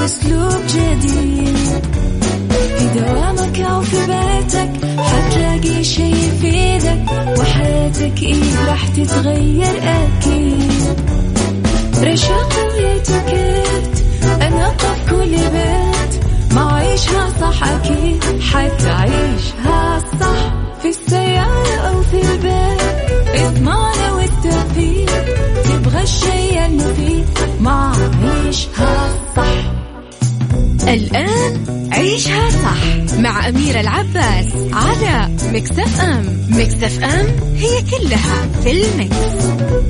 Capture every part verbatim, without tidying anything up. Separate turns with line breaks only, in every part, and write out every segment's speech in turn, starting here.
بأسلوب جديد. في دوامك أو في بيتك حتلاقي شي يفيدك، وحياتك إيه راح تتغير أكيد. رشاق ويتوكيت أنا قف كل بيت، ما عيشها صح أكيد حتعيشها صح. في السيارة أو في البيت اسمعنا والتوفيق، تبغى الشيء المفيد ما عيشها صح.
الآن عيشها صح مع أميرة العباس على ميكس اف ام. ميكس اف ام هي كلها في الميكس.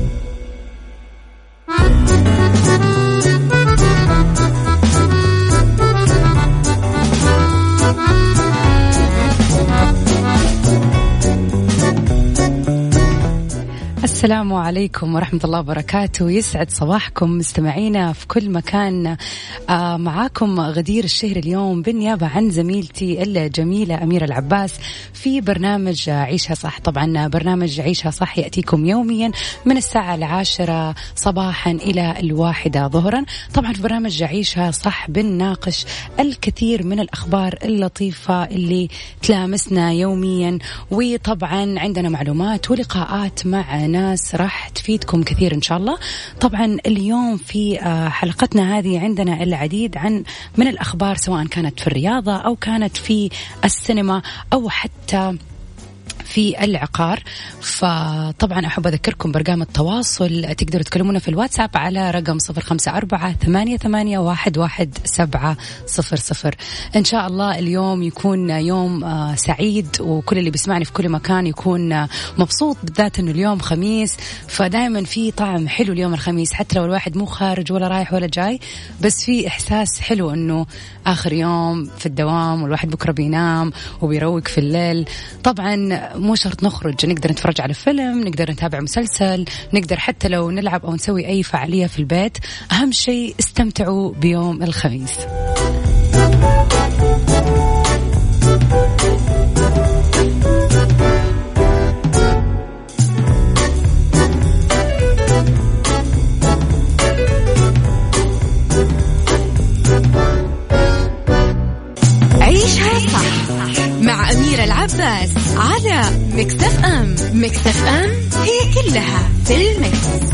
السلام عليكم ورحمة الله وبركاته. يسعد صباحكم مستمعينا في كل مكان. آه معاكم غدير الشهر اليوم بالنيابة عن زميلتي الجميلة أميرة العباس في برنامج عيشها صح. طبعا برنامج عيشها صح يأتيكم يوميا من الساعة العاشرة صباحا إلى الواحدة ظهرا. طبعا في برنامج عيشها صح بنناقش الكثير من الأخبار اللطيفة اللي تلامسنا يوميا، وطبعا عندنا معلومات ولقاءات مع ناس راح تفيدكم كثير إن شاء الله. طبعا اليوم في حلقتنا هذه عندنا العديد عن من الأخبار، سواء كانت في الرياضة أو كانت في السينما أو حتى في العقار. فطبعا أحب أذكركم برقم التواصل، تقدروا تكلمونا في الواتساب على رقم صفر خمسة أربعة ثمانية ثمانية واحد واحد سبعة صفر صفر. إن شاء الله اليوم يكون يوم سعيد، وكل اللي بيسمعني في كل مكان يكون مبسوط، بالذات إنه اليوم خميس، فدائما في طعم حلو اليوم الخميس، حتى لو الواحد مو خارج ولا رايح ولا جاي، بس في إحساس حلو إنه آخر يوم في الدوام والواحد بكرة بينام وبيروق في الليل. طبعا مو شرط نخرج، نقدر نتفرج على فيلم، نقدر نتابع مسلسل، نقدر حتى لو نلعب أو نسوي أي فعالية في البيت. أهم شيء استمتعوا بيوم الخميس.
عيشها صح مع أميرة العباس على ميكس اف ام. ميكس اف ام هي كلها في الميكس.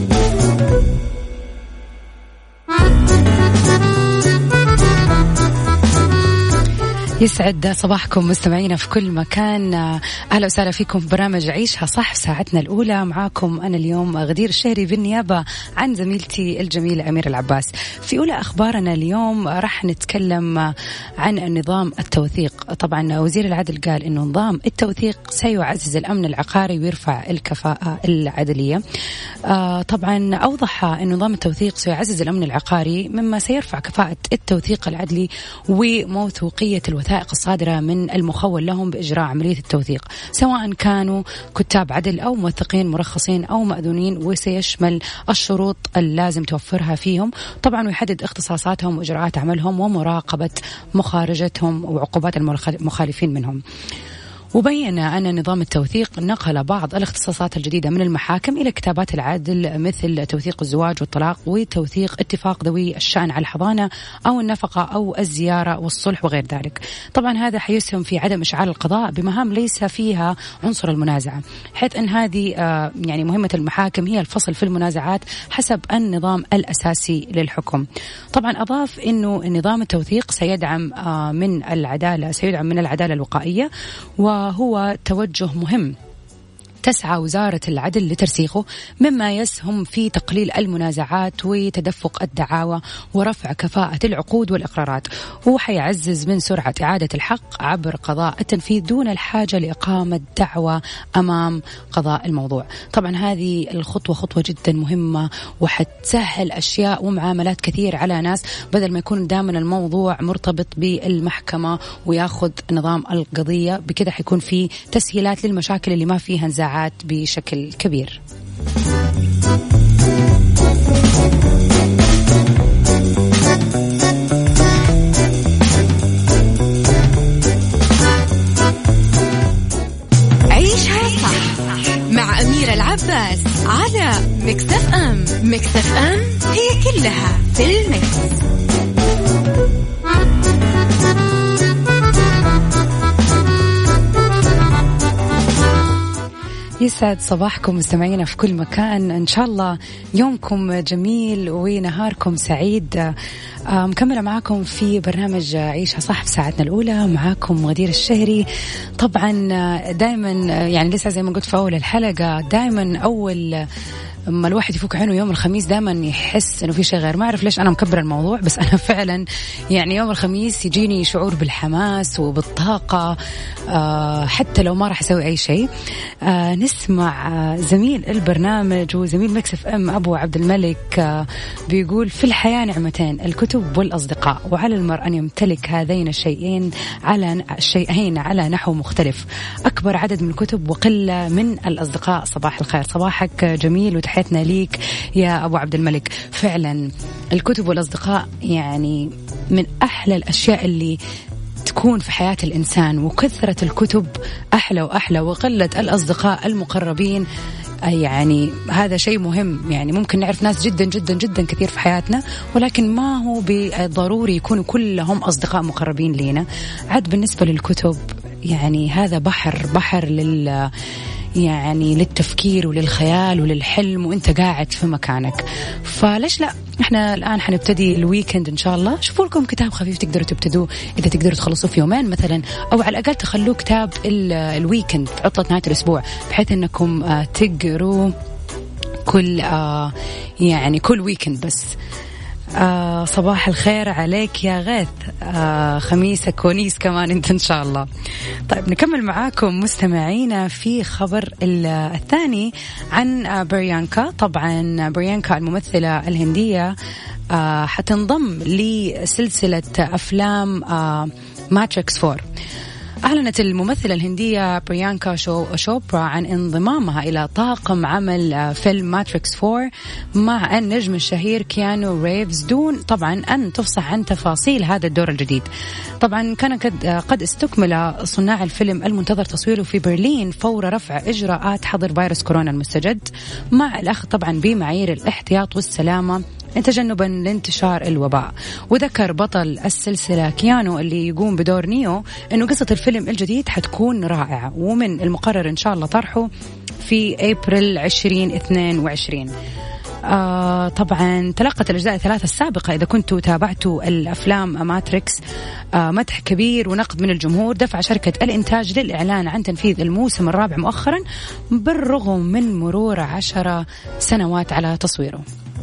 يسعد صباحكم مستمعينا في كل مكان. أهلا وسهلا فيكم في برنامج عيشها صح، ساعتنا الأولى معاكم أنا اليوم غدير الشهري بالنيابة عن زميلتي الجميلة أميرة العباس. في أولى أخبارنا اليوم راح نتكلم عن النظام التوثيق. طبعا وزير العدل قال إنه نظام التوثيق سيعزز الأمن العقاري ويرفع الكفاءة العدلية. طبعا أوضح أن نظام التوثيق سيعزز الأمن العقاري، مما سيرفع كفاءة التوثيق العدلي وموثوقية الوثائق الصادرة من المخول لهم بإجراء عملية التوثيق، سواء كانوا كتاب عدل أو موثقين مرخصين أو مأذونين، وسيشمل الشروط اللازم توفرها فيهم طبعا، ويحدد اختصاصاتهم وإجراءات عملهم ومراقبة مخارجتهم وعقوبات المخالفين منهم. وبين أن نظام التوثيق نقل بعض الاختصاصات الجديدة من المحاكم إلى كتابات العدل، مثل توثيق الزواج والطلاق وتوثيق اتفاق ذوي الشأن على الحضانة أو النفقة أو الزيارة والصلح وغير ذلك. طبعا هذا حيسهم في عدم إشعال القضاء بمهام ليس فيها عنصر المنازعة، حيث أن هذه يعني مهمة المحاكم هي الفصل في المنازعات حسب النظام الأساسي للحكم. طبعا أضاف أنه نظام التوثيق سيدعم من العدالة سيدعم من العدالة الوقائية، و وهو توجه مهم تسعى وزارة العدل لترسيخه، مما يسهم في تقليل المنازعات وتدفق الدعاوى ورفع كفاءة العقود والإقرارات، وحيعزز من سرعة إعادة الحق عبر قضاء التنفيذ دون الحاجة لإقامة دعوى أمام قضاء الموضوع. طبعا هذه الخطوة خطوة جدا مهمة، وحتسهل أشياء ومعاملات كثير على ناس، بدل ما يكون دائما الموضوع مرتبط بالمحكمة وياخذ نظام القضية، بكذا حيكون في تسهيلات للمشاكل اللي ما فيها نزاعات بشكل كبير.
عيشها صح مع أميرة العباس على ميكس اف ام. ميكس اف ام هي كلها في الميكس.
يسعد صباحكم مستمعينا في كل مكان، إن شاء الله يومكم جميل ونهاركم سعيد. مكملة معاكم في برنامج عيشها صح في ساعتنا الأولى، معاكم غدير الشهري. طبعا دائما يعني لسه زي ما قلت في أول الحلقة، دائما أول أما الواحد يفك عينه يوم الخميس دائما يحس إنه في شيء غير. ما أعرف ليش أنا مكبر الموضوع، بس أنا فعلا يعني يوم الخميس يجيني شعور بالحماس وبالطاقة، آه حتى لو ما راح أسوي أي شيء. آه نسمع آه زميل البرنامج وزميل ميكس اف ام أبو عبد الملك آه بيقول: في الحياة نعمتين، الكتب والأصدقاء، وعلى المرء أن يمتلك هذين الشيئين على الشيئين على نحو مختلف، أكبر عدد من الكتب وقلة من الأصدقاء. صباح الخير، صباحك جميل وتحياتنا ليك يا أبو عبد الملك. فعلا الكتب والأصدقاء يعني من أحلى الأشياء اللي تكون في حياة الإنسان، وكثرة الكتب أحلى وأحلى، وقلة الأصدقاء المقربين يعني هذا شيء مهم. يعني ممكن نعرف ناس جدا جدا جدا كثير في حياتنا، ولكن ما هو بالضروري يكونوا كلهم أصدقاء مقربين لينا. عاد بالنسبة للكتب يعني هذا بحر بحر لل يعني للتفكير وللخيال وللحلم وانت قاعد في مكانك. فليش لا احنا الآن حنبتدي الويكند إن شاء الله. شوفوا لكم كتاب خفيف تقدروا تبتدوه، إذا تقدروا تخلصوه في يومين مثلا، أو على الأقل تخلوه كتاب الويكند، عطلة نهاية الأسبوع، بحيث أنكم تقروا كل يعني كل ويكند. بس آه صباح الخير عليك يا غيث، آه خميسك ونيس كمان انت ان شاء الله. طيب نكمل معاكم مستمعينا في خبر الثاني عن آه بريانكا. طبعا بريانكا الممثلة الهندية آه حتنضم لسلسلة أفلام آه ماتريكس فور. أعلنت الممثلة الهندية بريانكا شو شوبرا عن انضمامها إلى طاقم عمل فيلم ماتريكس فور مع النجم الشهير كيانو ريفز، دون طبعا أن تفصح عن تفاصيل هذا الدور الجديد. طبعا كان قد استكمل صناع الفيلم المنتظر تصويره في برلين فور رفع إجراءات حظر فيروس كورونا المستجد، مع الأخذ طبعا بمعايير الاحتياط والسلامة تجنبا لانتشار الوباء. وذكر بطل السلسلة كيانو اللي يقوم بدور نيو أنه قصة الفيلم الجديد حتكون رائعة، ومن المقرر إن شاء الله طرحه في أبريل عشرين اثنين وعشرين. آه طبعا تلقت الأجزاء الثلاثة السابقة، إذا كنتوا تابعتوا الأفلام ماتريكس، آه مدح كبير ونقد من الجمهور، دفع شركة الإنتاج للإعلان عن تنفيذ الموسم الرابع مؤخرا بالرغم من مرور عشر سنوات على تصويره.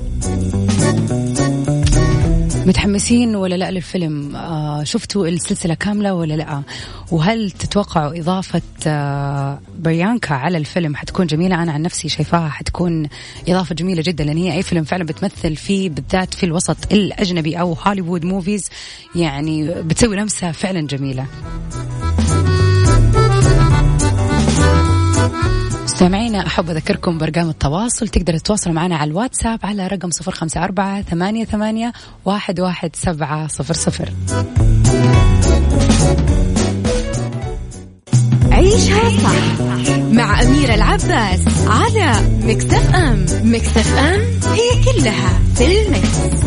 متحمسين ولا لا للفيلم؟ آه شفتوا السلسلة كاملة ولا لا؟ وهل تتوقعوا إضافة آه بريانكا على الفيلم حتكون جميلة؟ أنا عن نفسي شايفاها حتكون إضافة جميلة جدا، لأن هي أي فيلم فعلا بتمثل فيه بالذات في الوسط الأجنبي أو هوليوود موفيز، يعني بتسوي لمسة فعلا جميلة. مستمعينا أحب أذكركم بأرقام التواصل، تقدر تتواصلوا معنا على الواتساب على رقم صفر خمسة أربعة ثمانية ثمانية واحد واحد سبعة صفر صفر.
عيشها صح مع أميرة العباس على ميكس اف ام. ميكس اف ام هي كلها في الميكس.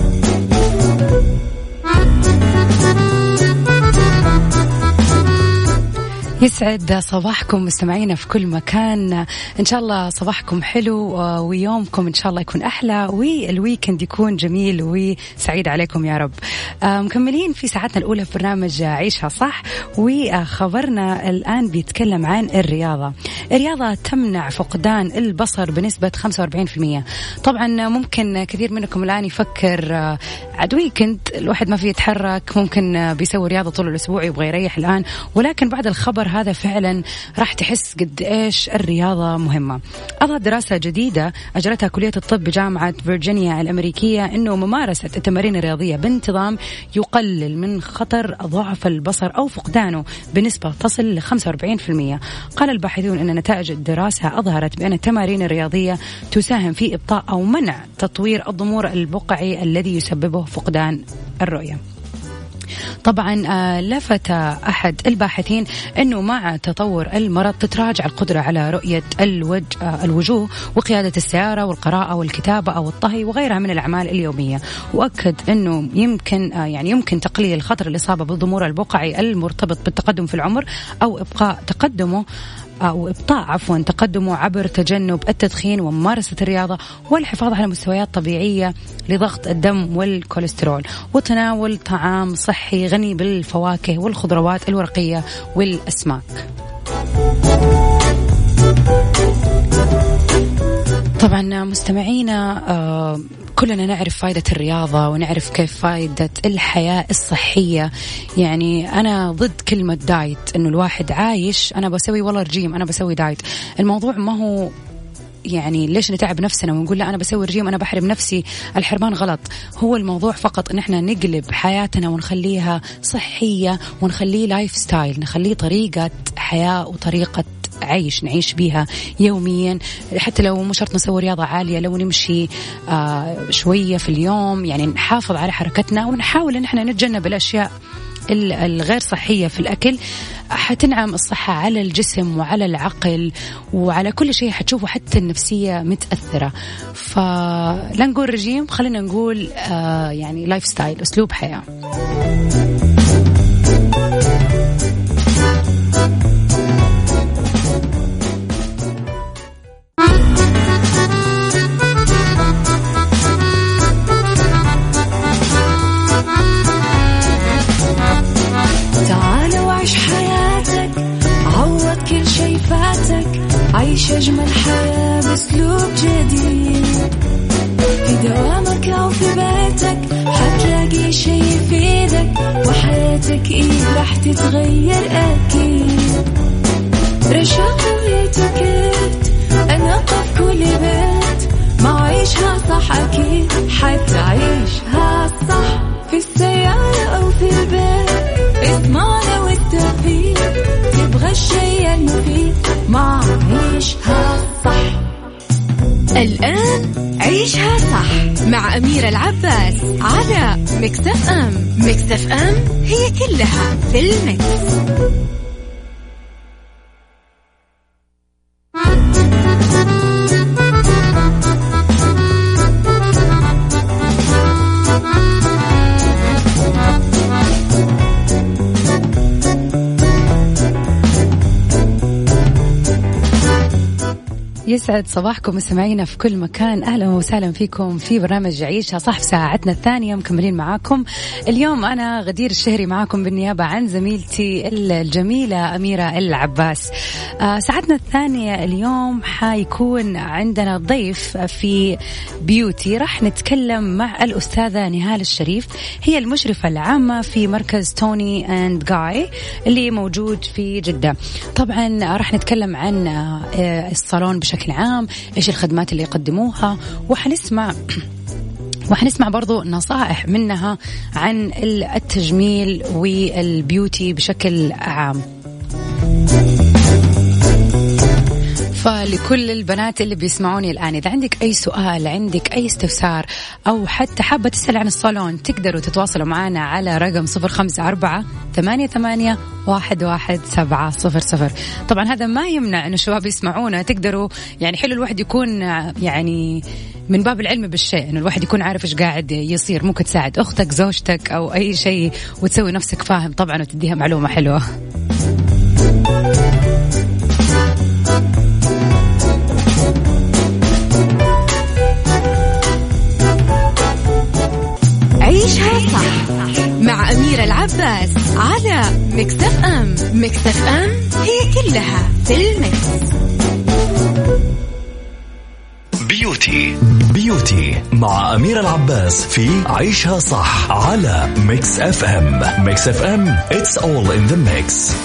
يسعد صباحكم مستمعينا في كل مكان، إن شاء الله صباحكم حلو ويومكم إن شاء الله يكون أحلى والويكند يكون جميل وسعيد عليكم يا رب. مكملين في ساعتنا الأولى في برنامج عيشها صح، وخبرنا الآن بيتكلم عن الرياضة. الرياضة تمنع فقدان البصر بنسبة خمسة وأربعين بالمئة. طبعا ممكن كثير منكم الآن يفكر عاد ويكند الواحد ما فيه يتحرك، ممكن بيسوي رياضة طول الأسبوع يبغى يريح الآن، ولكن بعد الخبر هذا فعلا راح تحس قد إيش الرياضة مهمة. أظهرت دراسة جديدة أجرتها كلية الطب بجامعة فيرجينيا الأمريكية أنه ممارسة التمارين الرياضية بانتظام يقلل من خطر ضعف البصر أو فقدانه بنسبة تصل ل خمسة وأربعين بالمئة. قال الباحثون أن نتائج الدراسة أظهرت بأن التمارين الرياضية تساهم في إبطاء أو منع تطوير الضمور البقعي الذي يسببه فقدان الرؤية. طبعا لفت أحد الباحثين أنه مع تطور المرض تتراجع القدرة على رؤية الوجه الوجوه وقيادة السيارة والقراءة والكتابة أو الطهي وغيرها من الأعمال اليومية. وأكد أنه يمكن يعني يمكن تقليل خطر الإصابة بالضمور البقعي المرتبط بالتقدم في العمر أو إبقاء تقدمه أو إبطاء عفوا تقدمه عبر تجنب التدخين وممارسة الرياضة والحفاظ على مستويات طبيعية لضغط الدم والكوليسترول وتناول طعام صحي غني بالفواكه والخضروات الورقية والأسماك. طبعا مستمعينا آه كلنا نعرف فائدة الرياضة ونعرف كيف فائدة الحياة الصحية. يعني أنا ضد كلمة دايت، إنه الواحد عايش أنا بسوي والله رجيم أنا بسوي دايت. الموضوع ما هو يعني ليش نتعب نفسنا ونقول لا أنا بسوي رجيم أنا بحرم نفسي. الحرمان غلط. هو الموضوع فقط إن إحنا نقلب حياتنا ونخليها صحية ونخليه لايف ستايل، نخليه طريقة حياة وطريقة عيش نعيش بيها يوميا. حتى لو مو شرط نسوي رياضة عالية، لو نمشي آه شوية في اليوم، يعني نحافظ على حركتنا ونحاول إن إحنا نتجنب الأشياء الغير صحية في الأكل. حتنعم الصحة على الجسم وعلى العقل وعلى كل شيء، حتشوفوا حتى النفسية متأثرة. فلا نقول رجيم، خلينا نقول آه يعني لايف ستايل، أسلوب حياة.
عيش أجمل حياة بأسلوب جديد، في دوامك أو في بيتك حتلاقي شي يفيدك، وحياتك إيه راح تتغير أكيد. رشاق ويتوكيت أنا قف كل بيت، ما عيشها صح أكيد حتعيشها صح، في السيارة أو في البيت اسمعنا والتوفيق، تبغى الشيء المفيد ما عيشها صح.
الآن عيشها صح مع أميرة العباس على ميكس اف ام. ميكس اف ام هي كلها في الميكس.
يسعد صباحكم مستمعينا في كل مكان. أهلا وسهلا فيكم في برنامج عيشها صح في ساعتنا الثانية، مكملين معاكم اليوم. أنا غدير الشهري معاكم بالنيابة عن زميلتي الجميلة أميرة العباس. آه ساعتنا الثانية اليوم حيكون عندنا ضيف في بيوتي، راح نتكلم مع الأستاذة نهال الشريف، هي المشرفة العامة في مركز توني أند جاي اللي موجود في جدة. طبعا راح نتكلم عن آه الصالون بشكل عام، إيش الخدمات اللي يقدموها، وحنسمع وحنسمع برضو نصائح منها عن التجميل والبيوتي بشكل عام. فلكل البنات اللي بيسمعوني الآن، إذا عندك أي سؤال، عندك أي استفسار، أو حتى حابة تسأل عن الصالون، تقدروا تتواصلوا معنا على رقم صفر خمسة أربعة ثمانية ثمانية واحد واحد سبعة صفر صفر. طبعا هذا ما يمنع أن الشباب يسمعونا، تقدروا يعني حلو الواحد يكون يعني من باب العلم بالشيء، إنه الواحد يكون عارف إيش قاعد يصير. ممكن تساعد أختك زوجتك أو أي شيء وتسوي نفسك فاهم طبعا وتديها معلومة حلوة.
عيشها صح مع أميرة العباس على ميكس اف ام. ميكس اف ام هي كلها في الميكس.
بيوتي بيوتي مع أميرة العباس في عيشها صح على ميكس اف ام. ميكس اف ام it's all in the mix.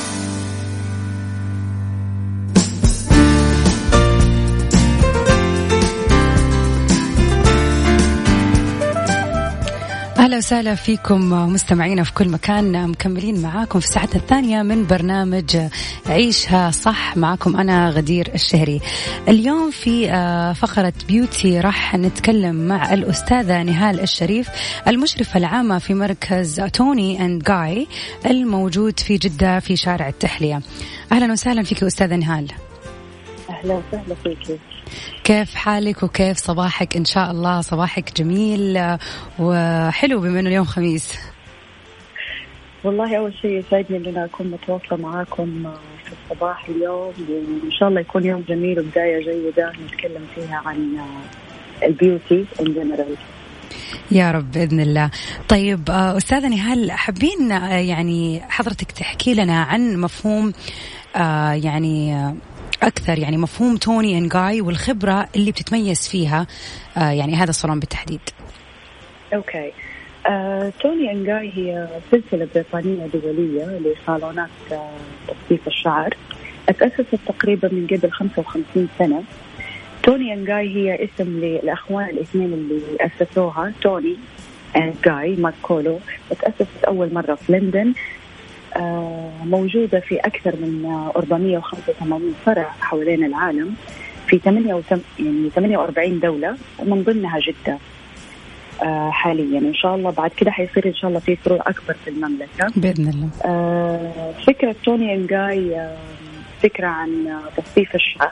أهلا وسهلا فيكم مستمعينا في كل مكان، مكملين معاكم في ساعتنا الثانية من برنامج عيشها صح. معاكم أنا غدير الشهري. اليوم في فقرة بيوتي راح نتكلم مع الأستاذة نهال الشريف، المشرفة العامة في مركز توني أند جاي الموجود في جدة في شارع التحلية. أهلا وسهلا فيك أستاذة نهال.
أهلا وسهلا فيك.
كيف حالك وكيف صباحك؟ إن شاء الله صباحك جميل وحلو بما أنه اليوم خميس.
والله أول شيء يسعدني إن أنا أكون متواصلة معاكم في الصباح اليوم، وإن شاء الله يكون يوم جميل وبداية جيدة نتكلم فيها عن البيوتي إن جنرال.
يا رب بإذن الله. طيب أستاذة نهال، حابين يعني حضرتك تحكي لنا عن مفهوم آه يعني أكثر، يعني مفهوم توني إند جاي والخبرة اللي بتتميز فيها آه يعني هذا الصالون بالتحديد.
أوكي. آه، توني إند جاي هي سلسلة بريطانية دولية لصالونات آه، تقصيف الشعر، أتأسست تقريبا من قبل خمسة وخمسين سنة. توني إند جاي هي اسم للأخوان الاثنين اللي أسسوها، توني إند جاي ماركولو. تأسست أول مرة في لندن، آه، موجودة في أكثر من أربعمائة وخمسة وثمانين فرع حوالين العالم في ثمانية وأربعين دولة، ومن ضمنها جدة. آه حاليا إن شاء الله بعد كده حيصير إن شاء الله في فروع أكبر في المملكة
بإذن الله.
آه فكرة توني إند جاي آه فكرة عن تصفيف الشعر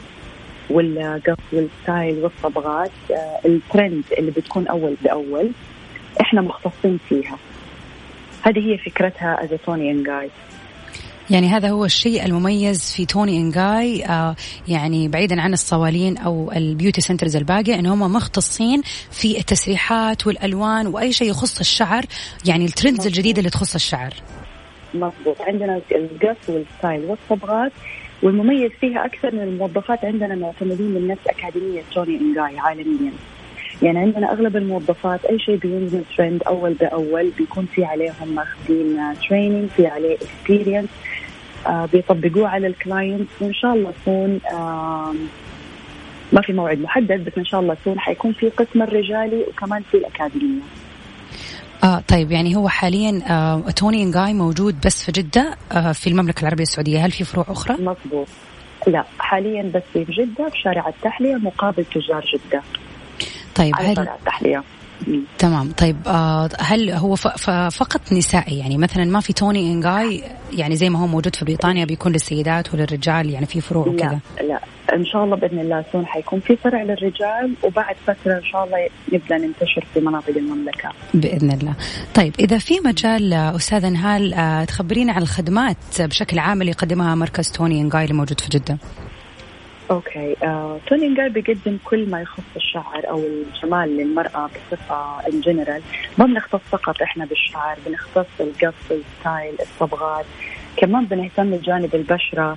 والقص والستايل والصبغات، آه الترند اللي بتكون أول بأول إحنا مختصين فيها. هذه هي فكرتها از توني إند جاي.
يعني هذا هو الشيء المميز في توني إند جاي، آه يعني بعيدا عن الصوالين أو البيوتي سنترز الباقية، إن هم مختصين في التسريحات والألوان وأي شيء يخص الشعر، يعني الترندز الجديدة اللي تخص الشعر.
مضبوط. عندنا القص والستايل والصبغات، والمميز فيها أكثر من الموظفات عندنا معتمدين من نفس أكاديمية توني إند جاي عالميا. يعني عندنا أغلب الموظفات أي شيء بينزل ترند أول بأول بيكون في عليهم ماخذين تريننج، في عليه experience، آه بيطبقوه على الكلاينت، وإن شاء الله يكون آه ما في موعد محدد، بس إن شاء الله يكون حيكون في قسم الرجالي وكمان في الأكاديمية.
آه طيب، يعني هو حاليا آه توني إند جاي موجود بس في جدة آه في المملكة العربية السعودية، هل في فروع أخرى؟
مضبوط. لا حاليا بس في جدة في شارع التحلية مقابل تجار جدة.
طيب
هل التحلية.
تمام. طيب آه هل هو فقط نسائي، يعني مثلا ما في توني إند جاي يعني زي ما هو موجود في بريطانيا بيكون للسيدات وللرجال، يعني في فروع وكذا؟
لا لا إن شاء الله بإذن الله سون حيكون في فرع للرجال، وبعد فترة إن شاء الله نبدأ ننتشر في مناطق المملكة بإذن
الله. طيب إذا في مجال أستاذة نهال آه تخبرينا عن الخدمات بشكل عام اللي يقدمها مركز توني إند جاي اللي موجود في جدة.
اوكي. آه، توني إند جاي بيقدم كل ما يخص الشعر او الجمال للمرأة بصفة الجنرال. ما بنختص فقط احنا بالشعر، بنختص القص، الستايل، الصبغات، كمان بنهتم بجانب البشرة،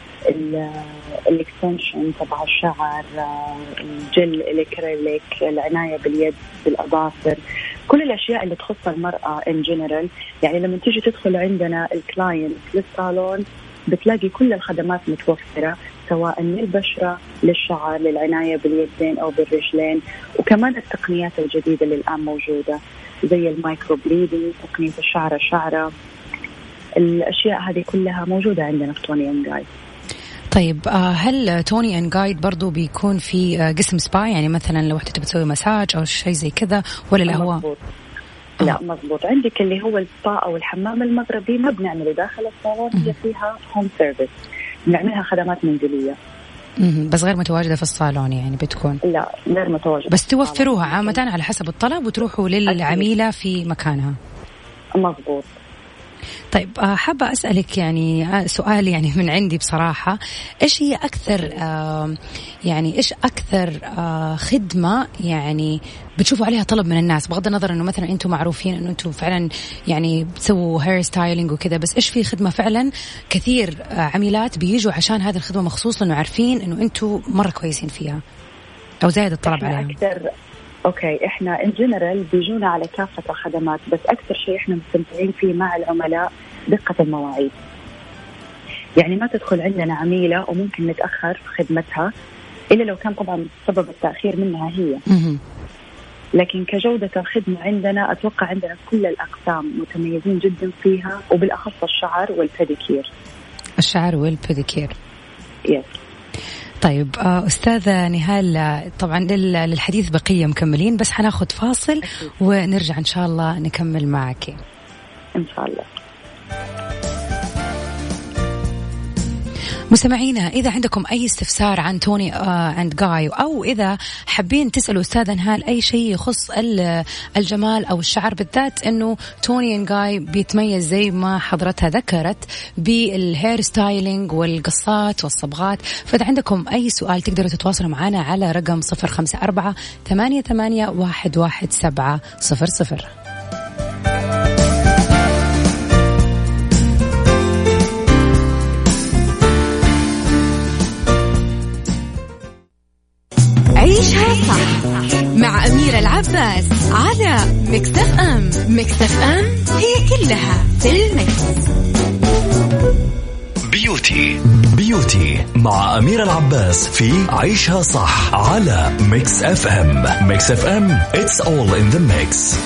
الاكستنشن تبع الشعر، الجل، الكريليك، العناية باليد، بالاظافر، كل الاشياء اللي تخص المرأة ان جنرال. يعني لما تيجي تدخل عندنا الكلاينت للصالون بتلاقي كل الخدمات متوفرة، سواء للبشرة، للشعر، للعناية باليدين أو بالرجلين، وكمان التقنيات الجديدة اللي الآن موجودة زي المايكرو بليدنج، تقنية الشعرة شعرة، الأشياء هذه كلها موجودة عندنا في توني إند جاي.
طيب هل توني إند جاي برضو بيكون في قسم سبا، يعني مثلا لو واحدة تبي تسوي مساج أو شيء زي كذا، ولا لا هو؟
مزبوط. لا مضبوط. عندك اللي هو السبا أو الحمام المغربي ما بنعمله داخل الصالون، هي فيها هوم سيرفيس، بنعملها خدمات منزلية
بس غير متواجدة في الصالون، يعني بتكون
لا غير متواجدة،
بس توفروها عامة على حسب الطلب وتروحوا للعميلة في مكانها.
مضبوط.
طيب حابة أسألك يعني سؤال يعني من عندي بصراحة، إيش هي أكثر آه يعني إيش أكثر آه خدمة يعني بتشوفوا عليها طلب من الناس، بغض النظر إنه مثلا أنتم معروفين إنه أنتم فعلا يعني بتسووا هير ستايلينج وكذا، بس إيش في خدمة فعلا كثير آه عميلات بيجوا عشان هذه الخدمة مخصوص لأنه عارفين إنه أنتم مرة كويسين فيها أو زايد الطلب عليها؟
أكثر اوكي، احنا ان جنرال بيجونا على كافة الخدمات، بس اكثر شيء احنا مستمتعين فيه مع العملاء دقة المواعيد. يعني ما تدخل عندنا عميلة وممكن نتأخر في خدمتها الا لو كان طبعا سبب التأخير منها هي، لكن كجودة الخدمة عندنا اتوقع عندنا كل الاقسام متميزين جدا فيها، وبالاخص الشعر والبيديكير.
الشعر والبيديكير
يس.
طيب أستاذة نهال، طبعا للحديث بقية مكملين، بس حناخد فاصل ونرجع إن شاء الله نكمل معك
إن شاء الله.
مستمعينا إذا عندكم أي استفسار عن توني أند جاي أو إذا حابين تسألوا أستاذة نهال أي شيء يخص الجمال أو الشعر بالذات، إنه توني أند جاي بيتميز زي ما حضرتها ذكرت بالهير ستايلينج والقصات والصبغات. فإذا عندكم أي سؤال تقدروا تتواصلوا معنا على رقم صفر خمسة أربعة ثمانية ثمانية واحد واحد سبعة صفر صفر.
عيشها صح مع أميرة العباس على ميكس اف ام. ميكس اف ام هي كلها في الميكس.
بيوتي بيوتي مع أميرة العباس في عيشها صح على ميكس اف ام. ميكس اف ام it's all in the mix.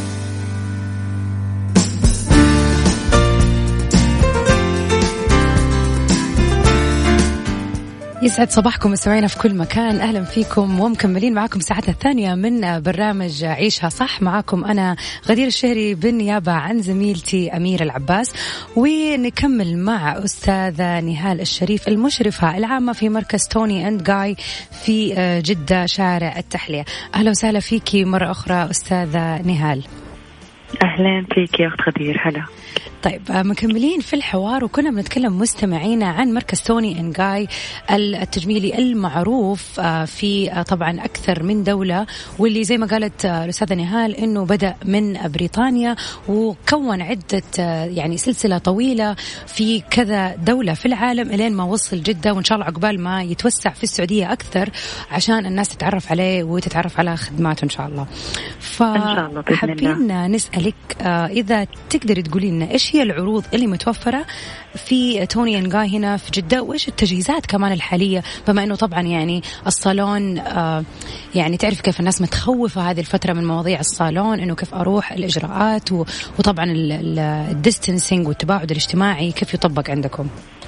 يسعد صباحكم مستمعينا في كل مكان، أهلا فيكم ومكملين معكم ساعتنا الثانية من برنامج عيشها صح. معكم أنا غدير الشهري بالنيابة عن زميلتي أميرة العباس، ونكمل مع أستاذة نهال الشريف المشرفة العامة في مركز توني أند جاي في جدة شارع التحلية. أهلا وسهلا فيكي مرة أخرى أستاذة نهال.
أهلا فيك يا أخت غدير. هلا.
طيب مكملين في الحوار، وكنا بنتكلم مستمعينا عن مركز توني أند جاي التجميلي المعروف في طبعا أكثر من دولة، واللي زي ما قالت الأستاذة نهال إنه بدأ من بريطانيا وكون عدة يعني سلسلة طويلة في كذا دولة في العالم إلين ما وصل جدة، وإن شاء الله عقبال ما يتوسع في السعودية أكثر عشان الناس تتعرف عليه وتتعرف على خدماته إن شاء الله. فحابين نسألك إذا تقدري تقولي لنا إيش هي العروض اللي متوفرة في توني أند جاي هنا في جدة، وإيش التجهيزات كمان الحالية، بما أنه طبعا يعني الصالون آه يعني تعرف كيف الناس متخوفة هذه الفترة من مواضيع الصالون، إنه كيف أروح الإجراءات، وطبعا الديستنسينج والتباعد الاجتماعي كيف يطبق عندكم؟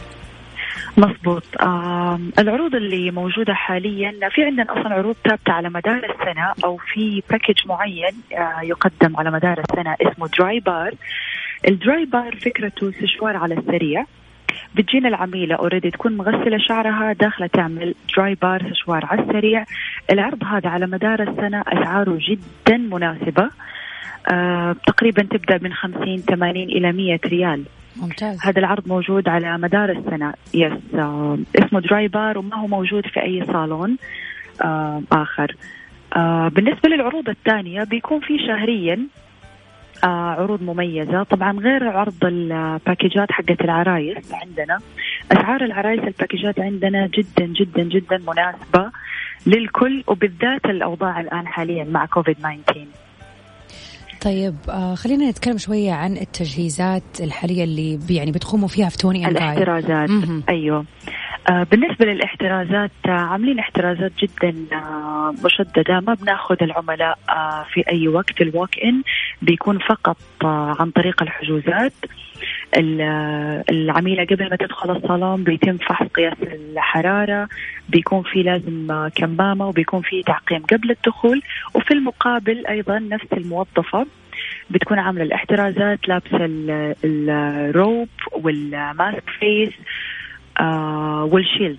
مظبوط. آه العروض اللي موجودة حاليا في عندنا أصلا عروض ثابتة على مدار السنة، أو في باكيج معين آه يقدم على مدار السنة اسمه دراي بار. الدراي بار فكرته سشوار على السريع. بتجينا العميلة أوريدي تكون مغسلة شعرها داخلة تعمل دراي بار سشوار على السريع. العرض هذا على مدار السنة أسعاره جدا مناسبة، آه تقريبا تبدأ من خمسين ثمانين إلى مية ريال.
ممتاز.
هذا العرض موجود على مدار السنة. يس آه اسمه دراي بار، وما هو موجود في أي صالون آه آخر. آه بالنسبة للعروض الثانية بيكون في شهريا آه عروض مميزة، طبعا غير عرض الباكيجات حقت العرايس. عندنا أسعار العرايس الباكيجات عندنا جدا جدا جدا مناسبة للكل، وبالذات الأوضاع الآن حاليا مع كوفيد تسعة عشر.
طيب آه خلينا نتكلم شوية عن التجهيزات الحالية اللي يعني بتقوموا فيها في توني أند جاي.
الاحترازات. أيوه. آه بالنسبة للإحترازات آه عاملين احترازات جدا آه مشددة. ما بناخذ العملاء آه في أي وقت. الوك إن بيكون فقط آه عن طريق الحجوزات. العميلة قبل ما تدخل الصالون بيتم فحص قياس الحرارة، بيكون في لازم كمامة، وبيكون في تعقيم قبل الدخول. وفي المقابل أيضا نفس الموظفة بتكون عاملة الاحترازات، لابسة الروب والماسك فيس آه والشيلد.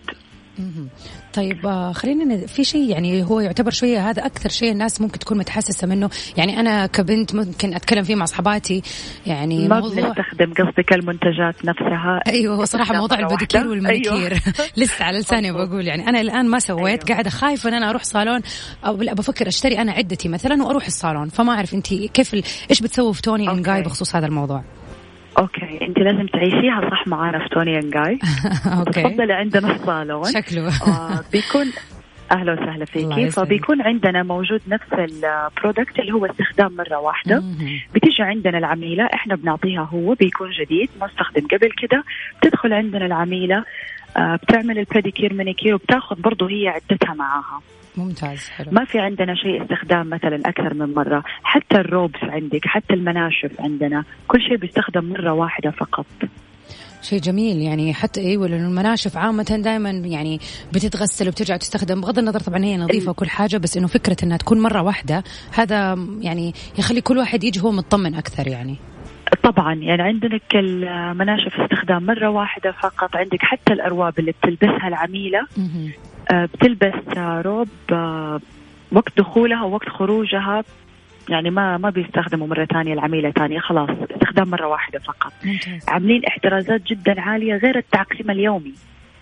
طيب آه خلينا في شيء يعني هو يعتبر شوية هذا أكثر شيء الناس ممكن تكون متحسسة منه. يعني أنا كبنت ممكن أتكلم فيه مع صحباتي، يعني
ما بنستخدم قصدك المنتجات نفسها.
أيوة صراحة موضوع البوديكير والمانيكير. أيوة. لسه على لساني بقول يعني أنا الآن ما سويت. أيوة. قاعدة خايفة أن أنا أروح صالون، أو لا بفكر أشتري أنا عدتي مثلا وأروح الصالون، فما أعرف أنت كيف ال... إيش بتسوي في توني أند جاي بخصوص هذا الموضوع؟
اوكي انت لازم تعيشيها صح معانا في توني أند جاي. تفضلي عندنا الصالون
شكله
آه بيكون اهلا وسهلا فيكي. فبيكون عندنا موجود نفس البرودكت اللي هو استخدام مره واحده. بتيجي عندنا العميله احنا بنعطيها، هو بيكون جديد ما استخدم قبل كده. بتدخل عندنا العميله آه بتعمل البيديكير مانيكير، وبتاخذ برضو هي عدتها معاها.
ممتاز. حلو.
ما في عندنا شيء استخدام مثلا أكثر من مرة. حتى الروبس عندك، حتى المناشف عندنا، كل شيء بيستخدم مرة واحدة فقط.
شيء جميل يعني. حتى ايوه لانه المناشف عامه دائما يعني بتتغسل وبترجع تستخدم، بغض النظر طبعا هي نظيفه وكل حاجه، بس انه فكره انها تكون مره واحده هذا يعني يخلي كل واحد يجي هو مطمن اكثر يعني.
طبعا يعني عندك المناشف استخدام مرة واحدة فقط. عندك حتى الأرواب اللي بتلبسها العميلة آه بتلبس آه روب آه وقت دخولها ووقت خروجها، يعني ما ما بيستخدموا مرة تانية العميلة تانية، خلاص استخدام مرة واحدة فقط. ممتاز. عاملين احترازات جدا عالية غير التعقيم اليومي،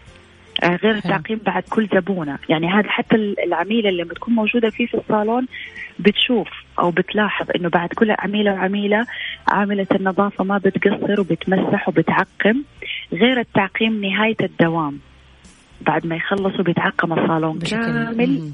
آه غير التعقيم بعد كل زبونة. يعني هذا حتى العميلة اللي بتكون موجودة فيه في الصالون بتشوف أو بتلاحظ إنه بعد كل عميلة وعميلة عاملة النظافة ما بتقصر وبتمسح وبتعقم، غير التعقيم نهاية الدوام بعد ما يخلصوا بيتعقم الصالون كامل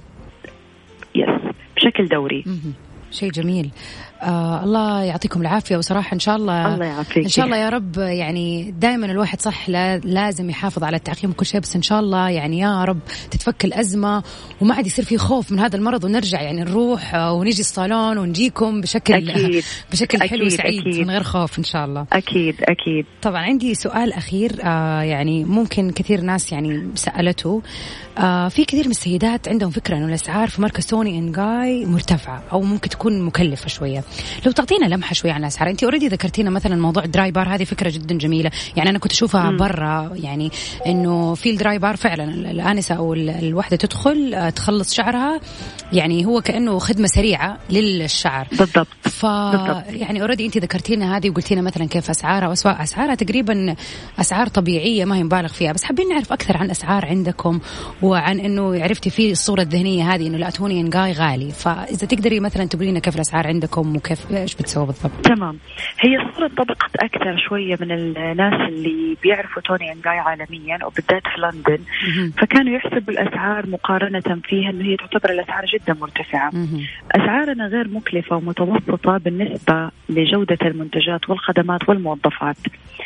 يس بشكل دوري.
مم. شيء جميل. آه الله يعطيكم العافية وصراحة إن شاء الله
الله يعافيك.
إن شاء الله يا رب. يعني دائما الواحد صح لا لازم يحافظ على التعقيم وكل شيء، بس إن شاء الله يعني يا رب تتفك الأزمة وما عاد يصير فيه خوف من هذا المرض، ونرجع يعني نروح ونيجي الصالون ونجيكم بشكل
أكيد.
بشكل
أكيد.
حلو وسعيد
أكيد.
من غير خوف إن شاء الله.
أكيد أكيد.
طبعا عندي سؤال أخير آه يعني ممكن كثير ناس يعني سألته. آه في كثير من السيدات عندهم فكرة إنه الأسعار في مركز توني إند جاي مرتفعة أو ممكن تكون مكلفة شوية. لو تعطينا لمحة شوية عن الأسعار. أنت أوريدي ذكرتينا مثلا موضوع دراي بار، هذه فكرة جدا جميلة. يعني أنا كنت أشوفها برا، يعني إنه في الدراي بار فعلا الآنسة أو الوحدة تدخل آه تخلص شعرها، يعني هو كأنه خدمة سريعة للشعر.
بالضبط.
ف يعني أوريدي أنت ذكرتينا هذه وقلتينا مثلا كيف أسعارها، وأسواق أسعارها تقريبا أسعار طبيعية ما هي مبالغ فيها، بس حابين نعرف أكثر عن أسعار عندكم وعن إنه عرفتي فيه الصورة الذهنية هذه إنه لا توني إند جاي غالي. فإذا تقدري مثلا تقولينا كيف الأسعار عندكم وكيف إيش بتسوي بالضبط.
تمام. هي الصورة طبقت أكثر شوية من الناس اللي بيعرفوا توني إند جاي عالميا وبالذات في لندن، فكانوا يحسبوا الأسعار مقارنة فيها إنه هي تعتبر الأسعار جدا مرتفعة. أسعارنا غير مكلفة ومتوسطة بالنسبة لجودة المنتجات والخدمات والموظفات.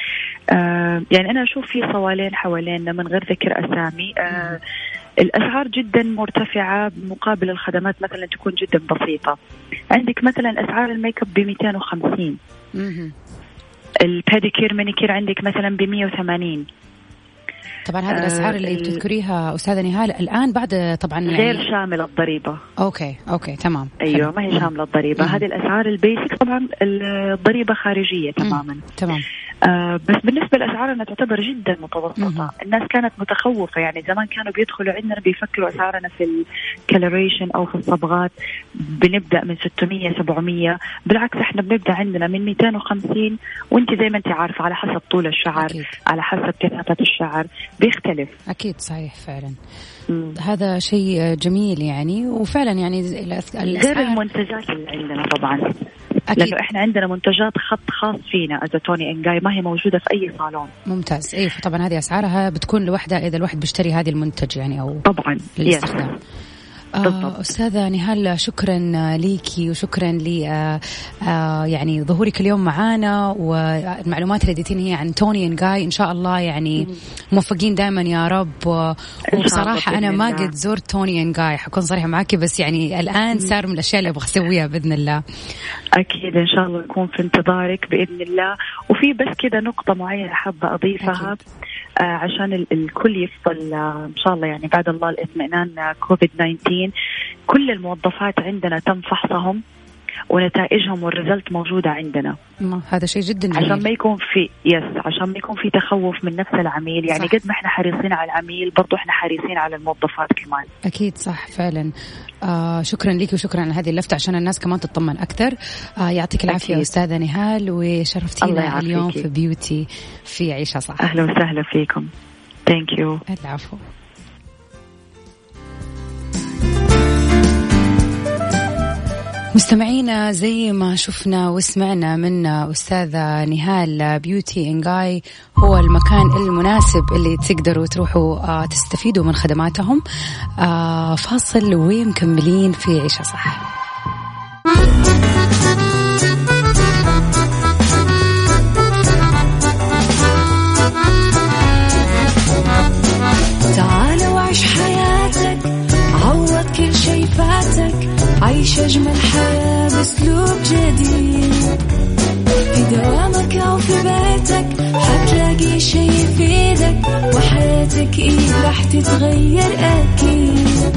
آه يعني أنا أشوف في صوالين حوالينا من غير ذكر أسامي آه الأسعار جدا مرتفعة مقابل الخدمات مثلا تكون جدا بسيطة. عندك مثلا أسعار الميك اب بمئتين وخمسين، الباديكير مانيكير عندك مثلا بمية وثمانين.
طبعا هذه الأسعار اللي بتذكريها أستاذة نهال الآن بعد طبعا يعني
غير شامل الضريبة.
أوكي أوكي تمام.
أيوة ما هي شاملة الضريبة. هذه الأسعار البيسك، طبعا الضريبة خارجية تماما.
تمام.
آه بس بالنسبة لأسعارنا تعتبر جدا متوسطة. الناس كانت متخوفة، يعني زمان كانوا بيدخلوا عندنا بيفكروا أسعارنا في الكالوريشن أو في الصبغات بنبدأ من ستمية سبعمية، بالعكس احنا بنبدأ عندنا من مئتين وخمسين، وانت زي ما انت عارفة على حسب طول الشعر أكيد. على حسب كثافة الشعر بيختلف.
أكيد صحيح فعلا. مم. هذا شيء جميل يعني، وفعلا يعني
غير المنتجات اللي عندنا طبعا أكيد. لأنه إحنا عندنا منتجات خط خاص فينا إذا توني إند جاي ما هي موجودة في أي صالون.
ممتاز. إيه طبعا هذه أسعارها بتكون لوحدها إذا الواحد بيشتري هذه المنتج يعني أو
طبعا
للاستخدام. آه أستاذة نهال شكرا ليكي وشكرا لي آه آه يعني ظهورك اليوم معانا، والمعلومات اللي اديتيني هي عن توني إند جاي. إن شاء الله يعني موفقين دائما يا رب. وبصراحة أنا ما قد زرت توني إند جاي حكون صريحة معاكي، بس يعني الآن صار من الأشياء اللي أبغى أسويها بإذن الله.
أكيد إن شاء الله نكون في انتظارك بإذن الله. وفي بس كده نقطة معينة حابة أضيفها آه عشان الكل يفضل آه إن شاء الله يعني بعد الله الإطمئنان آه كوفيد تسعة عشر. كل الموظفات عندنا تم فحصهم ونتائجهم والريزلت موجودة عندنا.
هذا شيء جدا جميل.
عشان ما يكون في يس عشان ما يكون في تخوف من نفس العميل، يعني صح. قد ما احنا حريصين على العميل برضو احنا حريصين على الموظفات كمان.
أكيد صح فعلا. آه شكرا لك وشكرا على هذه اللفتة عشان الناس كمان تطمن أكثر. آه يعطيك العافية أستاذة نهال، وشرفتينا اليوم في بيوتي في عيشها صح.
أهلا وسهلا فيكم. ثانك يو.
العفو. مستمعينا زي ما شفنا وسمعنا من أستاذة نهال، بيوتي إند جاي هو المكان المناسب اللي تقدروا تروحوا تستفيدوا من خدماتهم. فاصل ومكملين في عيشة صح.
تعال وعيش حياتك، عوض كل شي فاتك، عيش أجمل حياة بأسلوب جديد. في دوامك أو في بيتك حتلاقي شي يفيدك، وحياتك إيه راح تتغير أكيد.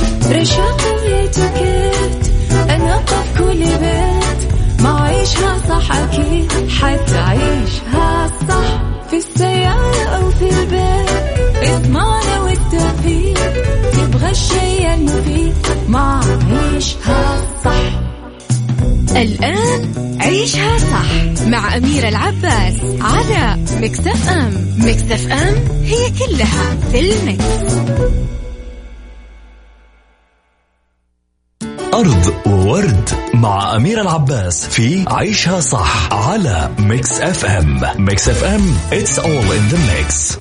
رشاق ويتوكيت أنا قف كل بيت، ما عيشها صح صح أكيد حتعيشها صح، في السيارة أو في البيت اضمعنا والتوفيق، تبغى الشيء المفيد ما عيشها صح.
الآن عيشها صح مع أميرة العباس على ميكس اف ام. ميكس اف ام هي كلها في الميكس.
أرض وورد مع أميرة العباس في عيشها صح على ميكس اف ام. ميكس اف ام it's all in the mix.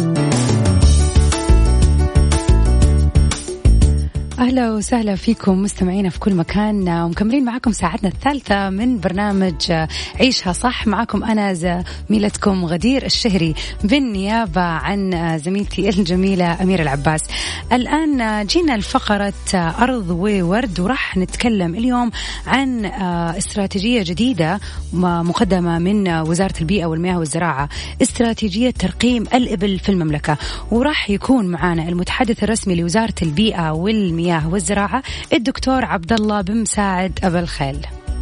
أهلا وسهلا فيكم مستمعينا في كل مكان، ومكملين معكم ساعتنا الثالثة من برنامج عيشها صح. معكم أنا زميلتكم غدير الشهري بالنيابة عن زميلتي الجميلة أميرة العباس. الآن جينا لفقرة أرض وورد، وراح نتكلم اليوم عن استراتيجية جديدة مقدمة من وزارة البيئة والمياه والزراعة، استراتيجية ترقيم الإبل في المملكة. وراح يكون معنا المتحدث الرسمي لوزارة البيئة والمياه والزراعة الدكتور عبد الله بن مساعد أبو الخيل.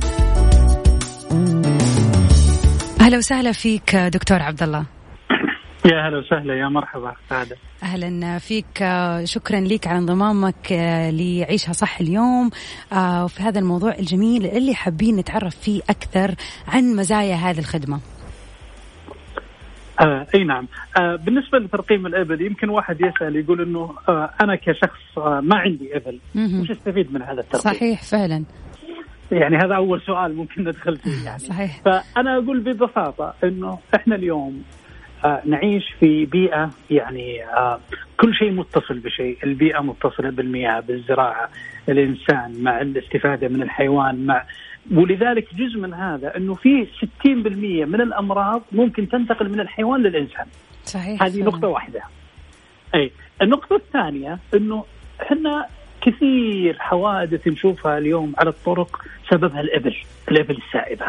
أهلا وسهلا فيك دكتور عبد الله.
يا هلا وسهلا، يا مرحبا سعادة.
أهلا فيك، شكرا لك على انضمامك لعيشها صح اليوم وفي هذا الموضوع الجميل اللي حابين نتعرف فيه أكثر عن مزايا هذه الخدمة.
آه اي نعم. آه بالنسبه لترقيم الابل، يمكن واحد يسال يقول انه آه انا كشخص آه ما عندي ابل، وش استفيد من هذا الترقيم؟
صحيح فعلا،
يعني هذا اول سؤال ممكن ندخل فيه. يعني
صحيح.
فانا اقول ببساطه انه احنا اليوم آه نعيش في بيئه، يعني آه كل شيء متصل بشيء. البيئه متصله بالمياه، بالزراعه، الانسان مع الاستفاده من الحيوان، مع ولذلك جزء من هذا أنه فيه ستين بالمئة من الأمراض ممكن تنتقل من الحيوان للإنسان.
صحيح.
هذه نقطة واحدة. أي النقطة الثانية أنه إحنا كثير حوادث نشوفها اليوم على الطرق سببها الإبل، الإبل السائبة.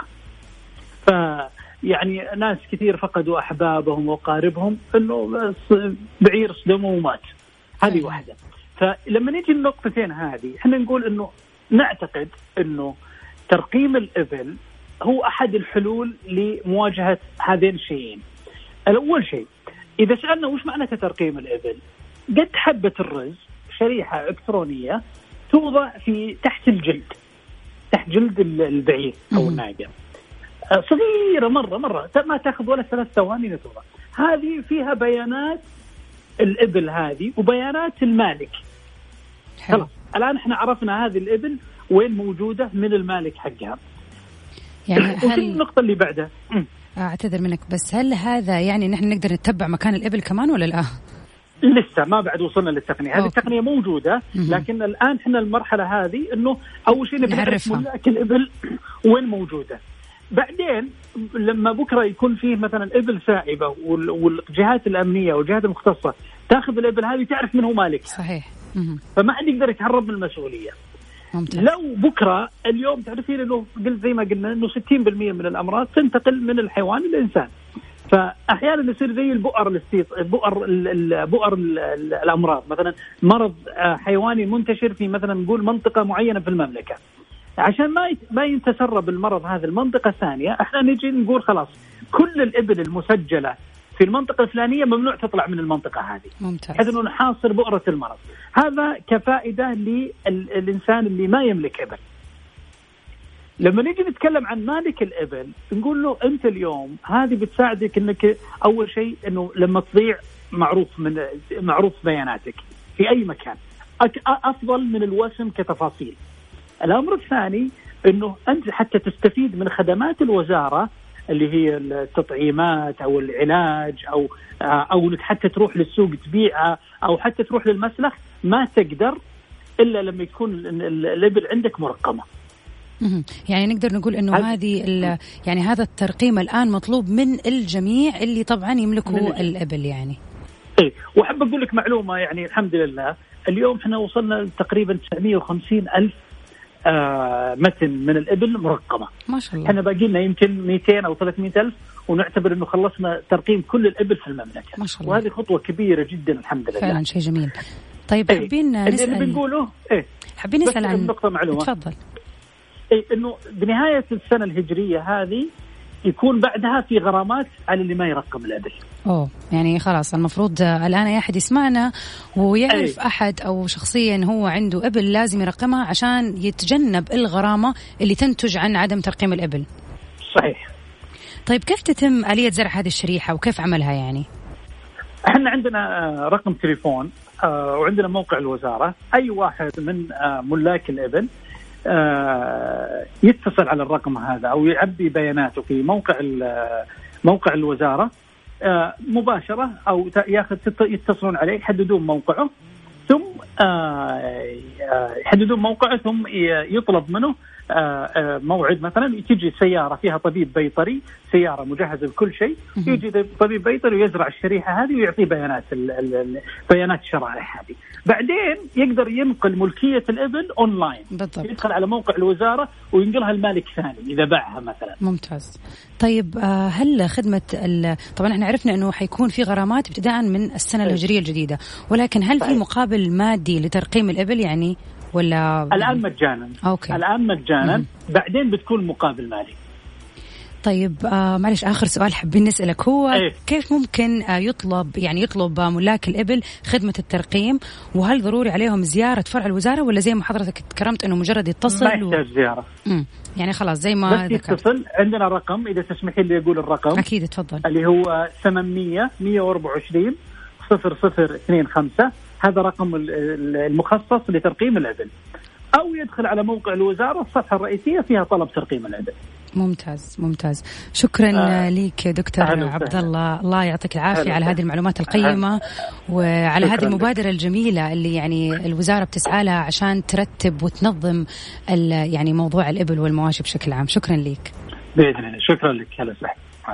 فيعني ناس كثير فقدوا أحبابهم وقاربهم أنه بعير صدمه ومات. هذه واحدة. فلما نيجي النقطتين هذه إحنا نقول أنه نعتقد أنه ترقيم الإبل هو أحد الحلول لمواجهة هذين الشيئين. الأول شيء، إذا سألنا وش معنى ترقيم الإبل، قد حبة الرز شريحة إلكترونية توضع في تحت الجلد، تحت جلد البعير أو الناقة، صغيرة مرة مرة ما تأخذ ولا ثلاث ثواني توضع. هذه فيها بيانات الإبل هذه وبيانات المالك. خلاص الآن إحنا عرفنا هذه الإبل وين موجودة من المالك حقها.
يعني هل
النقطة اللي بعدها
أعتذر منك، بس هل هذا يعني نحن نقدر نتبع مكان الإبل كمان ولا لا؟
لسه ما بعد وصلنا للتقنية. هذه التقنية موجودة، لكن الآن إحنا المرحلة هذه إنه أول شيء نعرف ملاك الإبل وين موجودة. بعدين لما بكرة يكون فيه مثلا إبل سائبة والجهات الأمنية والجهات المختصة تأخذ الإبل هذه تعرف من هو مالك.
صحيح.
فما حد يقدر يتهرب من المسؤولية.
ممتاز.
لو بكرة اليوم تعرفين إنه قلت زي ما قلنا إنه ستين بالمئة من الأمراض تنتقل من الحيوان للإنسان، فأحيانا يصير زي البؤر الاستيط بؤر البؤر الأمراض، مثلا مرض حيواني منتشر في مثلا نقول منطقة معينة في المملكة، عشان ما ما يتسرب المرض هذه المنطقة الثانية، احنا نجي نقول خلاص كل الإبل المسجلة في المنطقة الفلانية ممنوع تطلع من المنطقة هذه.
ممتاز.
بحيث انه نحاصر بؤرة المرض. هذا كفائدة للإنسان اللي ما يملك إبل. لما نيجي نتكلم عن مالك الإبل نقول له أنت اليوم هذه بتساعدك إنك أول شيء إنه لما تضيع معروف من معروف بياناتك في أي مكان، أفضل من الوسم كتفاصيل. الأمر الثاني إنه أنت حتى تستفيد من خدمات الوزارة اللي هي التطعيمات أو العلاج أو أو حتى تروح للسوق تبيعها أو حتى تروح للمسلخ، ما تقدر إلا لما يكون الإبل عندك مرقمة.
يعني نقدر نقول إنه هذه يعني هذا الترقيم الآن مطلوب من الجميع اللي طبعا يملكوا الإبل يعني.
إيه، وحب أقول لك معلومة، يعني الحمد لله اليوم إحنا وصلنا تقريبا تسعمائة وخمسين ألف آه متن من الإبل مرقمة.
ما شاء الله.
إحنا باقي لنا يمكن مئتين أو ثلاثمائة ألف ونعتبر إنه خلصنا ترقيم كل الإبل في المملكة.
ما شاء الله.
وهذه خطوة كبيرة جدا الحمد لله.
فعلا شيء جميل. طيب حابين
إيه؟
نسأل
اللي بنقوله إيه؟
حابين نسأل عن
نقطة معلومة.
تفضل.
أي إنه بنهاية السنة الهجرية هذه يكون بعدها في غرامات على اللي ما يرقم الإبل.
أوه يعني خلاص المفروض الآن أي أحد يسمعنا ويعرف
أي.
أحد أو شخصيا هو عنده إبل لازم يرقمها عشان يتجنب الغرامة اللي تنتج عن عدم ترقيم الإبل.
صحيح.
طيب كيف تتم آلية زرع هذه الشريحة وكيف عملها يعني؟
احنا عندنا رقم تليفون وعندنا موقع الوزارة. أي واحد من ملاك الإبل يتصل على الرقم هذا أو يعبي بياناته في موقع موقع الوزارة مباشرة أو ياخذ يتصلون عليه يحددون موقعه ثم يحددون موقعه ثم يطلب منه موعد. مثلا تيجي سيارة فيها طبيب بيطري، سيارة مجهزة بكل شيء، يجي طبيب بيطري ويزرع الشريحة هذه ويعطيه بيانات بيانات الشرائح هذه. بعدين يقدر ينقل ملكية الإبل أونلاين بالضبط. يدخل على موقع الوزارة وينقلها المالك ثاني إذا باعها مثلا.
ممتاز. طيب هل خدمة طبعا احنا عرفنا أنه حيكون في غرامات ابتداء من السنة الهجرية الجديدة، ولكن هل في مقابل مادي لترقيم الإبل يعني ولا
الآن مجانا؟
أوكي.
الآن مجانا مم. بعدين بتكون مقابل مالي.
طيب آه معلش آخر سؤال حابين نسألك هو
أيه.
كيف ممكن آه يطلب يعني يطلب ملاك الإبل خدمة الترقيم، وهل ضروري عليهم زيارة فرع الوزارة ولا زي ما حضرتك تكرمت إنه مجرد يتصل؟
ما يحتاج و... زيارة.
مم. يعني خلاص زي ما
ذكرت. يتصل. عندنا رقم إذا تسمحين لي أقول الرقم.
أكيد تفضل.
اللي هو ثمانمية مية وأربعة وعشرين صفر صفر اثنين خمسة. هذا رقم المخصص لترقيم الإبل، أو يدخل على موقع الوزارة الصفحة الرئيسية فيها طلب ترقيم الإبل.
ممتاز ممتاز. شكرا آه. ليك دكتور عبد الله، الله يعطيك العافية على هذه المعلومات القيمة أهل. وعلى هذه المبادرة الجميلة اللي يعني الوزارة بتسعى لها عشان ترتب وتنظم يعني موضوع الإبل والمواشي بشكل عام. شكرا ليك.
بإذن الله. شكرا لك. هلا وسهلا.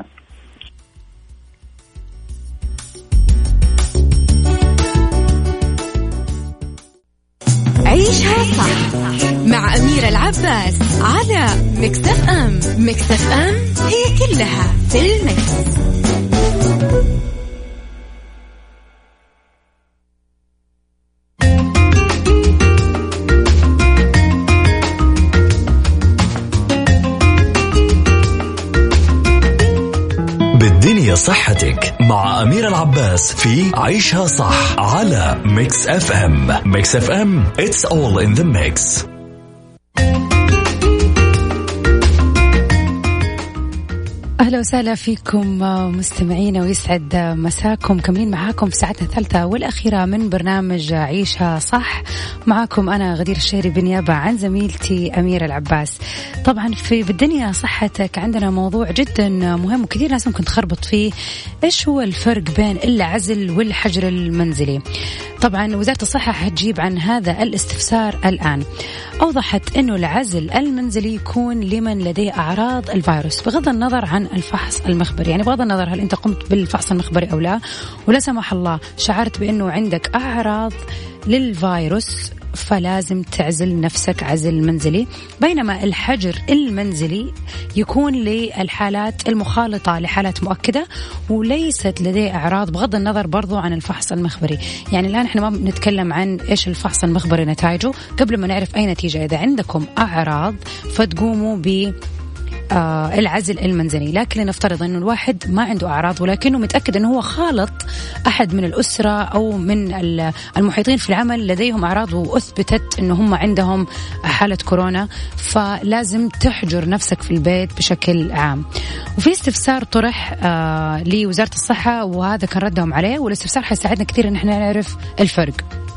عيشها صح مع أميرة العباس على ميكس اف ام. ميكس اف ام هي كلها في الميكس.
بالدنيا صحتك مع أميرة العباس في عيشها صح على ميكس اف ام. ميكس اف ام it's all in the mix.
أهلا وسهلا فيكم مستمعين ويسعد مساكم. كملين معاكم في ساعتنا الثالثة والأخيرة من برنامج عيشها صح. معاكم أنا غدير الشهري بالنيابة عن زميلتي أميرة العباس. طبعا في بالدنيا صحتك عندنا موضوع جدا مهم وكثير ناس ممكن تخربط فيه. إيش هو الفرق بين العزل والحجر المنزلي؟ طبعا وزارة الصحة هتجيب عن هذا الاستفسار الآن. أوضحت أنه العزل المنزلي يكون لمن لديه أعراض الفيروس بغض النظر عن الفحص المخبري. يعني بغض النظر هل أنت قمت بالفحص المخبري أو لا، ولا سمح الله شعرت بأنه عندك أعراض للفيروس فلازم تعزل نفسك عزل منزلي. بينما الحجر المنزلي يكون للحالات المخالطة لحالات مؤكدة وليست لديه أعراض بغض النظر برضو عن الفحص المخبري. يعني الآن احنا ما بنتكلم عن إيش الفحص المخبري نتائجه قبل ما نعرف أي نتيجة. إذا عندكم أعراض فتقوموا ب آه العزل المنزلي. لكن لنفترض أنه الواحد ما عنده أعراض ولكنه متأكد أنه هو خالط أحد من الأسرة أو من المحيطين في العمل لديهم أعراض وأثبتت أنه هم عندهم حالة كورونا، فلازم تحجر نفسك في البيت بشكل عام. وفي استفسار طرح آه لوزارة الصحة وهذا كان ردهم عليه، والاستفسار حيساعدنا كثير أن احنا نعرف الفرق.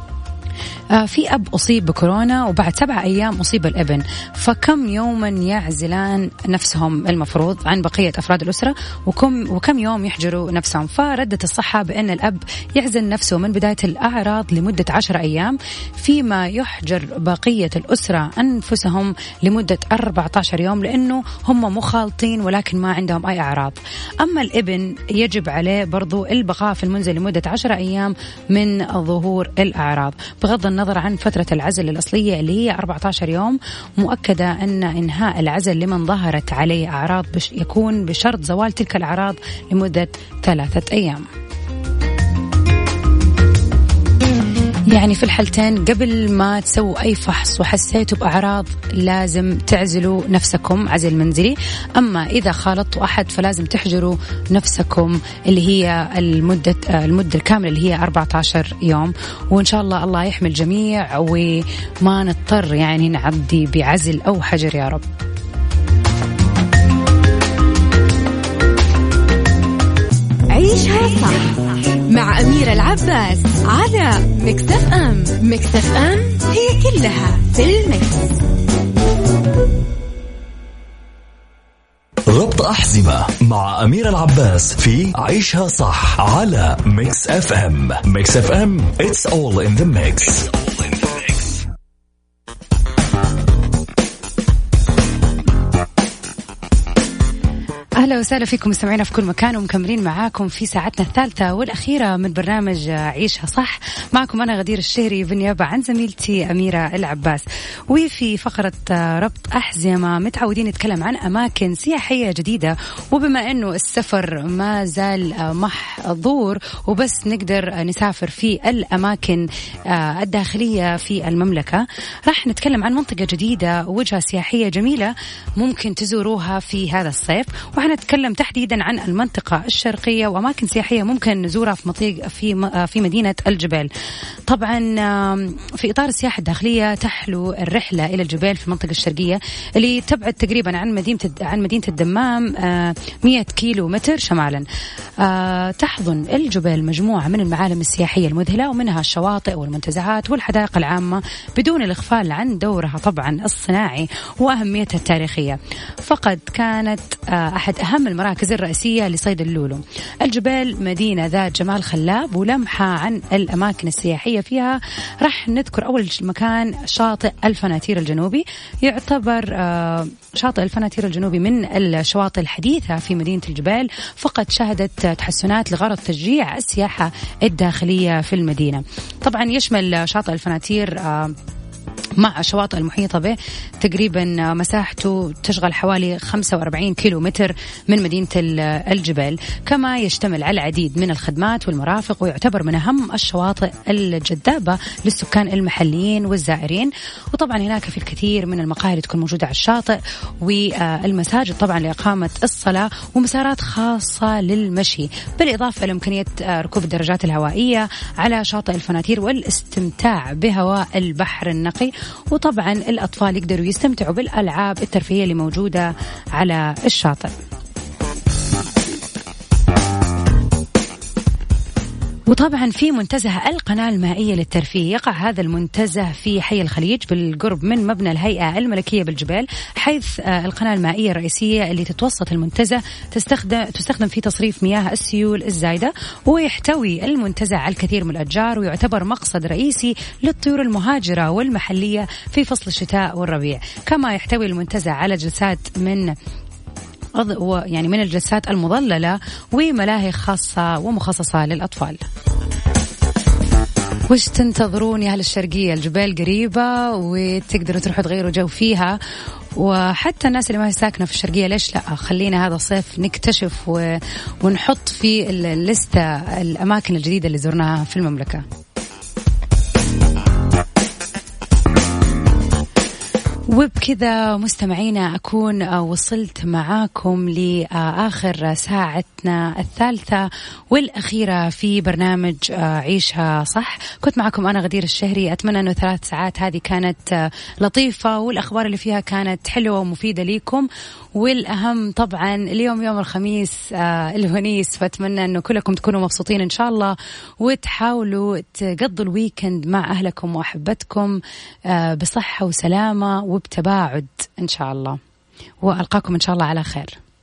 آه في أب أصيب بكورونا وبعد سبعة أيام أصيب الابن، فكم يوما يعزلان نفسهم المفروض عن بقية أفراد الأسرة وكم, وكم يوم يحجروا نفسهم؟ فردت الصحة بأن الأب يعزل نفسه من بداية الأعراض لمدة عشرة أيام، فيما يحجر بقية الأسرة أنفسهم لمدة أربعة عشر يوم لأنه هم مخالطين ولكن ما عندهم أي أعراض. أما الابن يجب عليه برضو البقاء في المنزل لمدة عشرة أيام من ظهور الأعراض بغض النظر عن فترة العزل الأصلية اللي هي أربعة عشر يوم. مؤكدة أن إنهاء العزل لمن ظهرت عليه أعراض بش يكون بشرط زوال تلك الأعراض لمدة ثلاثة أيام. يعني في الحالتين قبل ما تسووا أي فحص وحسيتوا بأعراض لازم تعزلوا نفسكم عزل منزلي. أما إذا خالطتوا أحد فلازم تحجروا نفسكم اللي هي المدة المدة الكاملة اللي هي أربعة عشر يوم. وإن شاء الله الله يحمي الجميع وما نضطر يعني نعدي بعزل أو حجر يا رب.
عيشها صح مع أميرة العباس على ميكس اف ام. ميكس اف ام هي كلها في الميكس.
ربط أحزمة مع أميرة العباس في عيشها صح على ميكس اف ام. ميكس اف ام it's all in the mix.
أهلا وسهلا فيكم مستمعينا في كل مكان ومكملين معاكم في ساعتنا الثالثة والأخيرة من برنامج عيشها صح. معكم أنا غدير الشهري بالنيابة عن زميلتي أميرة العباس. وفي فقرة ربط أحزمة متعودين نتكلم عن أماكن سياحية جديدة، وبما أنه السفر ما زال محظور وبس نقدر نسافر في الأماكن الداخلية في المملكة، راح نتكلم عن منطقة جديدة ووجهة سياحية جميلة ممكن تزوروها في هذا الصيف. نتكلم تحديدا عن المنطقة الشرقية وأماكن سياحية ممكن نزورها في مطيق في في مدينة الجبال. طبعا في إطار السياحة الداخلية تحلو الرحلة إلى الجبال في المنطقة الشرقية اللي تبعد تقريبا عن مدينة عن مدينة الدمام مئة كيلو متر شمالا. تحضن الجبال مجموعة من المعالم السياحية المذهلة ومنها الشواطئ والمنتزهات والحدائق العامة بدون الإغفال عن دورها طبعا الصناعي وأهميتها التاريخية. فقد كانت أحد أهم المراكز الرئيسية لصيد اللولو. الجبال مدينة ذات جمال خلاب ولمحة عن الأماكن السياحية فيها. راح نذكر أول مكان شاطئ الفناتير الجنوبي، يعتبر شاطئ الفناتير الجنوبي من الشواطئ الحديثة في مدينة الجبال، فقد شهدت تحسنات لغرض تشجيع السياحة الداخلية في المدينة. طبعا يشمل شاطئ الفناتير مع الشواطئ المحيطة به تقريبا مساحته تشغل حوالي خمسة وأربعين كيلو متر من مدينة الجبال، كما يشتمل على العديد من الخدمات والمرافق، ويعتبر من أهم الشواطئ الجذابة للسكان المحليين والزائرين. وطبعا هناك في الكثير من المقاهي اللي تكون موجودة على الشاطئ والمساجد طبعا لإقامة الصلاة ومسارات خاصة للمشي، بالإضافة إلى إمكانية ركوب الدراجات الهوائية على شاطئ الفناتير والاستمتاع بهواء البحر النقي. وطبعا الأطفال يقدروا يستمتعوا بالألعاب الترفيهية اللي موجودة على الشاطئ. وطبعا في منتزه القناة المائية للترفيه، يقع هذا المنتزه في حي الخليج بالقرب من مبنى الهيئة الملكية بالجبال، حيث القناة المائية الرئيسية اللي تتوسط المنتزه تستخدم تستخدم في تصريف مياه السيول الزايدة. ويحتوي المنتزه على الكثير من الأشجار، ويعتبر مقصد رئيسي للطيور المهاجرة والمحلية في فصل الشتاء والربيع. كما يحتوي المنتزه على جلسات من يعني من الجلسات المظللة وملاهي خاصة ومخصصة للأطفال. وش تنتظرون يا أهل الشرقية؟ الجبال قريبة وتقدروا تروحوا تغيروا جو فيها، وحتى الناس اللي ما هي ساكنة في الشرقية ليش لا، خلينا هذا الصيف نكتشف و... ونحط في الليستة الأماكن الجديدة اللي زرناها في المملكة. وبكذا مستمعينا أكون وصلت معاكم لآخر ساعتنا الثالثة والأخيرة في برنامج عيشها صح. كنت معكم أنا غدير الشهري. أتمنى أنه ثلاث ساعات هذه كانت لطيفة والأخبار اللي فيها كانت حلوة ومفيدة ليكم. والأهم طبعا اليوم يوم الخميس الونيس، فأتمنى أنه كلكم تكونوا مبسوطين إن شاء الله، وتحاولوا تقضوا الويكند مع أهلكم وأحبتكم بصحة وسلامة وبتباعد إن شاء الله. وألقاكم إن شاء الله على خير.